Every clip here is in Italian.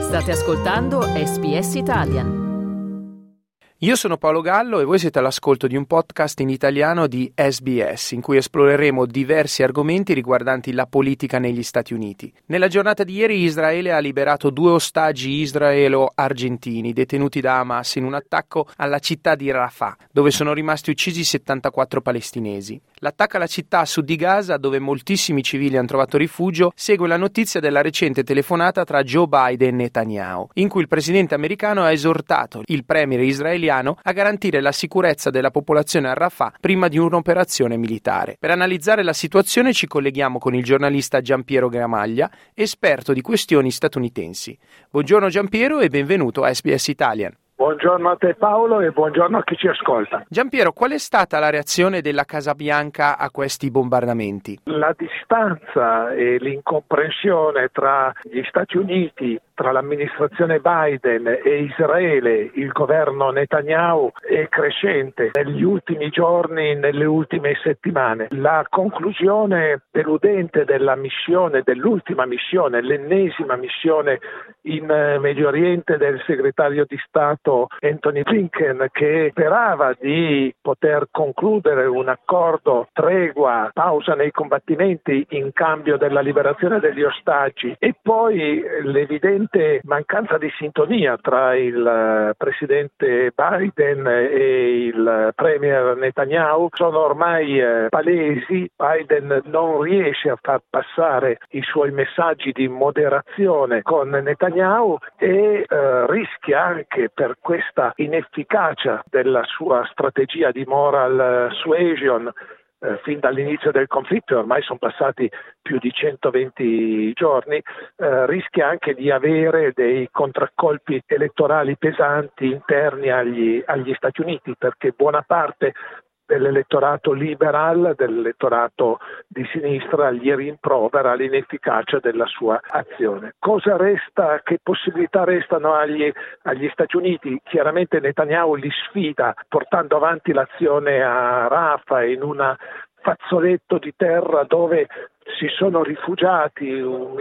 State ascoltando SBS Italian. Io sono Paolo Gallo e voi siete all'ascolto di un podcast in italiano di SBS, in cui esploreremo diversi argomenti riguardanti la politica negli Stati Uniti. Nella giornata di ieri Israele ha liberato 2 ostaggi israelo-argentini detenuti da Hamas in un attacco alla città di Rafah, dove sono rimasti uccisi 74 palestinesi. L'attacco alla città a sud di Gaza, dove moltissimi civili hanno trovato rifugio, segue la notizia della recente telefonata tra Joe Biden e Netanyahu, in cui il presidente americano ha esortato il premier israeliano a garantire la sicurezza della popolazione a Rafah prima di un'operazione militare. Per analizzare la situazione ci colleghiamo con il giornalista Giampiero Gramaglia, esperto di questioni statunitensi. Buongiorno Giampiero e benvenuto a SBS Italian. Buongiorno a te Paolo e buongiorno a chi ci ascolta. Giampiero, qual è stata la reazione della Casa Bianca a questi bombardamenti? La distanza e l'incomprensione tra gli Stati Uniti, tra l'amministrazione Biden e Israele, il governo Netanyahu, è crescente negli ultimi giorni, nelle ultime settimane. La conclusione deludente dell'ultima missione, l'ennesima missione in Medio Oriente del segretario di Stato Antony Blinken, che sperava di poter concludere un accordo, tregua, pausa nei combattimenti in cambio della liberazione degli ostaggi, e poi l'evidente mancanza di sintonia tra il presidente Biden e il premier Netanyahu sono ormai palesi. Biden non riesce a far passare i suoi messaggi di moderazione con Netanyahu e rischia anche, per questa inefficacia della sua strategia di moral suasion fin dall'inizio del conflitto, ormai sono passati più di 120 giorni, rischia anche di avere dei contraccolpi elettorali pesanti interni agli Stati Uniti, perché buona parte dell'elettorato liberal, dell'elettorato di sinistra, gli rimprovera l'inefficacia della sua azione. Cosa resta? Che possibilità restano agli Stati Uniti? Chiaramente Netanyahu li sfida portando avanti l'azione a Rafah, in un fazzoletto di terra dove si sono rifugiati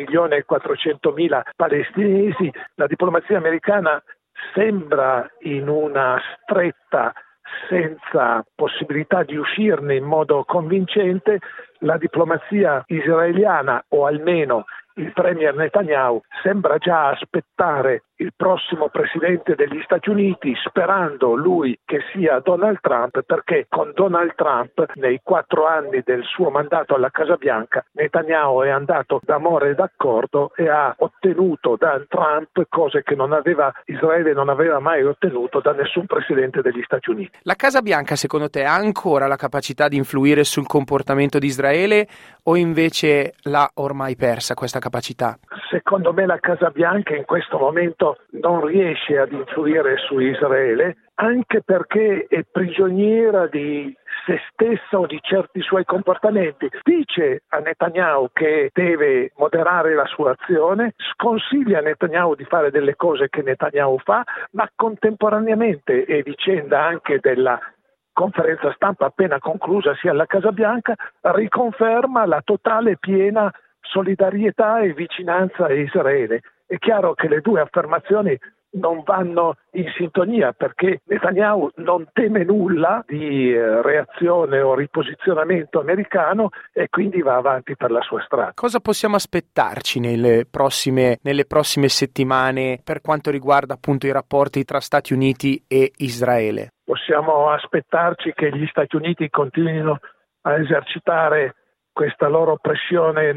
1.400.000 palestinesi. La diplomazia americana sembra in una stretta senza possibilità di uscirne in modo convincente. La diplomazia israeliana, o almeno il premier Netanyahu, sembra già aspettare il prossimo presidente degli Stati Uniti, sperando lui che sia Donald Trump, perché con Donald Trump nei 4 anni del suo mandato alla Casa Bianca Netanyahu è andato d'amore e d'accordo e ha ottenuto da Trump cose che Israele non aveva mai ottenuto da nessun presidente degli Stati Uniti. La Casa Bianca secondo te ha ancora la capacità di influire sul comportamento di Israele o invece l'ha ormai persa questa capacità? Secondo me la Casa Bianca in questo momento non riesce ad influire su Israele, anche perché è prigioniera di se stessa o di certi suoi comportamenti. Dice a Netanyahu che deve moderare la sua azione, sconsiglia a Netanyahu di fare delle cose che Netanyahu fa, ma contemporaneamente, è vicenda anche della conferenza stampa appena conclusa sia alla Casa Bianca, riconferma la totale piena solidarietà e vicinanza a Israele. È chiaro che le due affermazioni non vanno in sintonia, perché Netanyahu non teme nulla di reazione o riposizionamento americano e quindi va avanti per la sua strada. Cosa possiamo aspettarci nelle prossime settimane per quanto riguarda appunto i rapporti tra Stati Uniti e Israele? Possiamo aspettarci che gli Stati Uniti continuino a esercitare questa loro pressione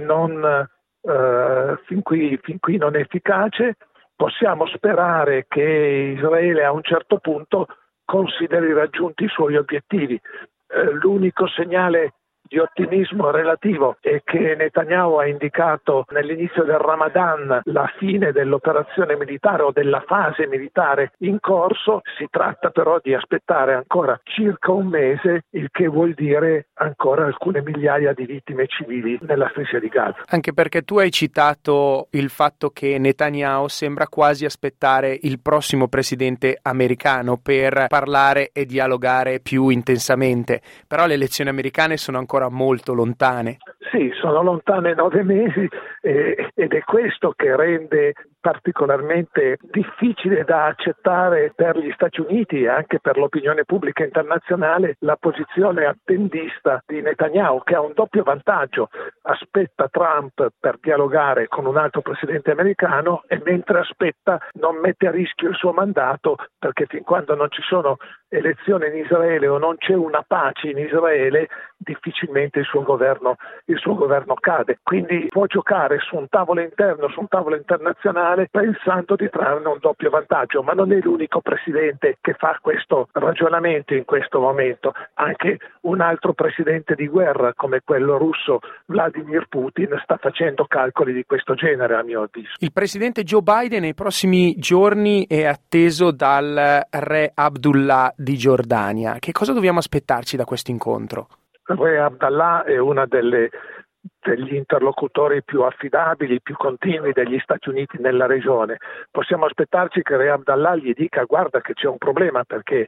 fin qui non efficace. Possiamo sperare che Israele a un certo punto consideri raggiunti i suoi obiettivi. L'unico segnale di ottimismo relativo è che Netanyahu ha indicato nell'inizio del Ramadan la fine dell'operazione militare o della fase militare in corso. Si tratta però di aspettare ancora circa un mese, il che vuol dire ancora alcune migliaia di vittime civili nella striscia di Gaza. Anche perché tu hai citato il fatto che Netanyahu sembra quasi aspettare il prossimo presidente americano per parlare e dialogare più intensamente, però le elezioni americane sono ancora molto lontane. Sì, sono lontane 9 mesi ed è questo che rende particolarmente difficile da accettare per gli Stati Uniti e anche per l'opinione pubblica internazionale la posizione attendista di Netanyahu, che ha un doppio vantaggio: aspetta Trump per dialogare con un altro presidente americano e mentre aspetta non mette a rischio il suo mandato, perché fin quando non ci sono elezioni in Israele o non c'è una pace in Israele difficilmente il suo governo cade. Quindi può giocare su un tavolo interno, su un tavolo internazionale, pensando di trarne un doppio vantaggio, ma non è l'unico presidente che fa questo ragionamento in questo momento. Anche un altro presidente di guerra come quello russo, Vladimir Putin, sta facendo calcoli di questo genere, a mio avviso. Il presidente Joe Biden nei prossimi giorni è atteso dal re Abdullah di Giordania. Che cosa dobbiamo aspettarci da questo incontro? Il re Abdallah è una degli interlocutori più affidabili, più continui degli Stati Uniti nella regione. Possiamo aspettarci che il re Abdallah gli dica: guarda che c'è un problema, perché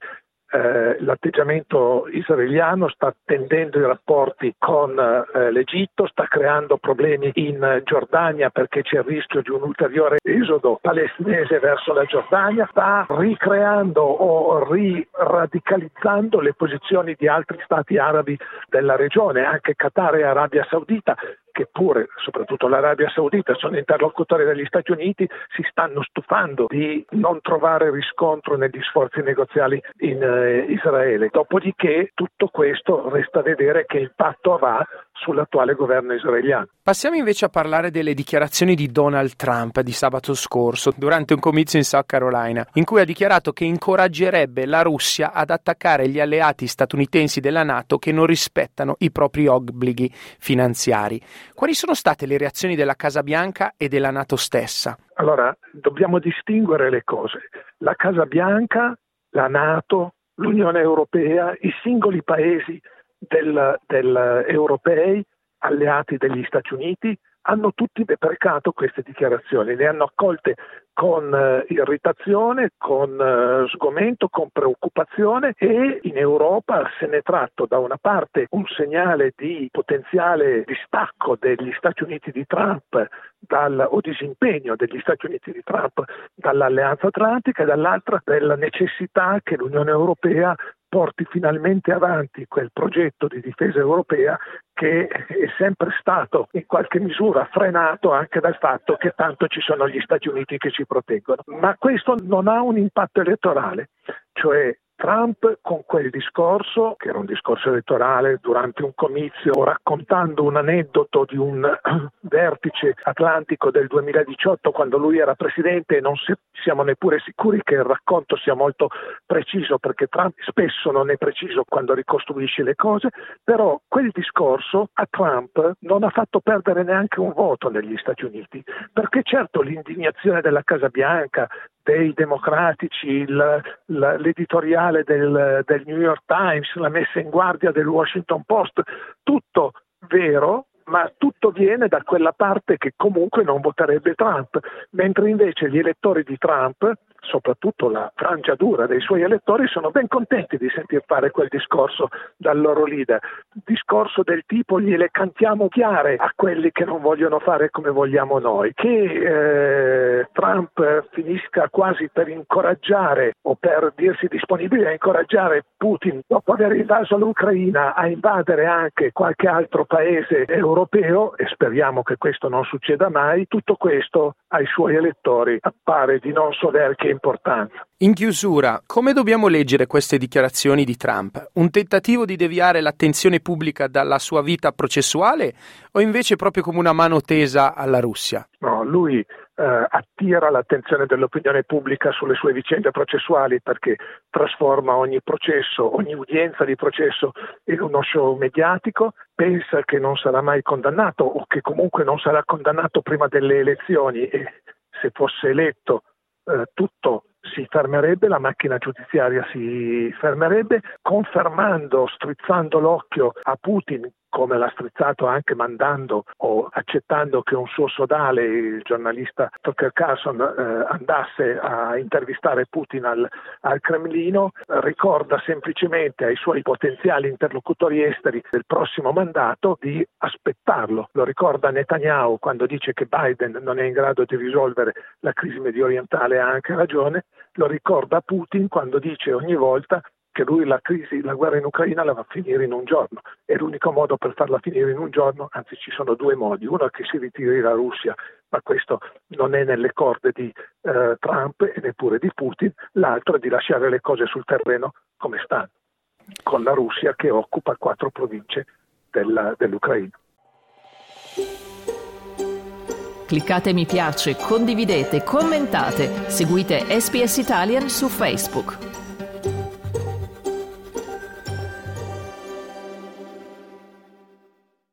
l'atteggiamento israeliano sta tendendo i rapporti con l'Egitto, sta creando problemi in Giordania perché c'è il rischio di un ulteriore esodo palestinese verso la Giordania, sta ricreando o riradicalizzando le posizioni di altri stati arabi della regione, anche Qatar e Arabia Saudita, che pure, soprattutto l'Arabia Saudita, sono interlocutori degli Stati Uniti, si stanno stufando di non trovare riscontro negli sforzi negoziali in Israele. Dopodiché tutto questo resta a vedere che impatto avrà sull'attuale governo israeliano. Passiamo invece a parlare delle dichiarazioni di Donald Trump di sabato scorso durante un comizio in South Carolina, in cui ha dichiarato che incoraggerebbe la Russia ad attaccare gli alleati statunitensi della NATO che non rispettano i propri obblighi finanziari. Quali sono state le reazioni della Casa Bianca e della NATO stessa? Allora, dobbiamo distinguere le cose. La Casa Bianca, la NATO, l'Unione Europea, i singoli paesi europei alleati degli Stati Uniti hanno tutti deprecato queste dichiarazioni, le hanno accolte con irritazione, con sgomento, con preoccupazione, e in Europa se ne è tratto da una parte un segnale di potenziale distacco degli Stati Uniti di Trump o disimpegno degli Stati Uniti di Trump dall'Alleanza Atlantica, e dall'altra della necessità che l'Unione Europea porti finalmente avanti quel progetto di difesa europea che è sempre stato in qualche misura frenato anche dal fatto che tanto ci sono gli Stati Uniti che ci proteggono. Ma questo non ha un impatto elettorale, cioè Trump con quel discorso, che era un discorso elettorale durante un comizio, raccontando un aneddoto di un vertice atlantico del 2018 quando lui era presidente, e non siamo neppure sicuri che il racconto sia molto preciso, perché Trump spesso non è preciso quando ricostruisce le cose, però quel discorso a Trump non ha fatto perdere neanche un voto negli Stati Uniti, perché certo l'indignazione della Casa Bianca, dei democratici, l'editoriale del New York Times, la messa in guardia del Washington Post, tutto vero, ma tutto viene da quella parte che comunque non voterebbe Trump, mentre invece gli elettori di Trump, soprattutto la frangia dura dei suoi elettori, sono ben contenti di sentir fare quel discorso dal loro leader, discorso del tipo: gliele cantiamo chiare a quelli che non vogliono fare come vogliamo noi, che Trump finisca quasi per incoraggiare o per dirsi disponibile a incoraggiare Putin, dopo aver invaso l'Ucraina, a invadere anche qualche altro paese europeo, e speriamo che questo non succeda mai. Tutto questo ai suoi elettori appare di non so che importanza. In chiusura, come dobbiamo leggere queste dichiarazioni di Trump? Un tentativo di deviare l'attenzione pubblica dalla sua vita processuale o invece proprio come una mano tesa alla Russia? No, lui attira l'attenzione dell'opinione pubblica sulle sue vicende processuali, perché trasforma ogni processo, ogni udienza di processo in uno show mediatico, pensa che non sarà mai condannato o che comunque non sarà condannato prima delle elezioni, e se fosse eletto tutto si fermerebbe, la macchina giudiziaria si fermerebbe, confermando, strizzando l'occhio a Putin come l'ha strizzato anche mandando o accettando che un suo sodale, il giornalista Tucker Carlson, andasse a intervistare Putin al Cremlino, ricorda semplicemente ai suoi potenziali interlocutori esteri del prossimo mandato di aspettarlo. Lo ricorda Netanyahu quando dice che Biden non è in grado di risolvere la crisi mediorientale, ha anche ragione. Lo ricorda Putin quando dice ogni volta che lui la guerra in Ucraina la va a finire in un giorno. E l'unico modo per farla finire in un giorno, anzi ci sono due modi: uno è che si ritiri la Russia, ma questo non è nelle corde di Trump e neppure di Putin; l'altro è di lasciare le cose sul terreno come stanno, con la Russia che occupa 4 province dell'Ucraina. Cliccate mi piace, condividete, commentate, seguite SBS Italian su Facebook.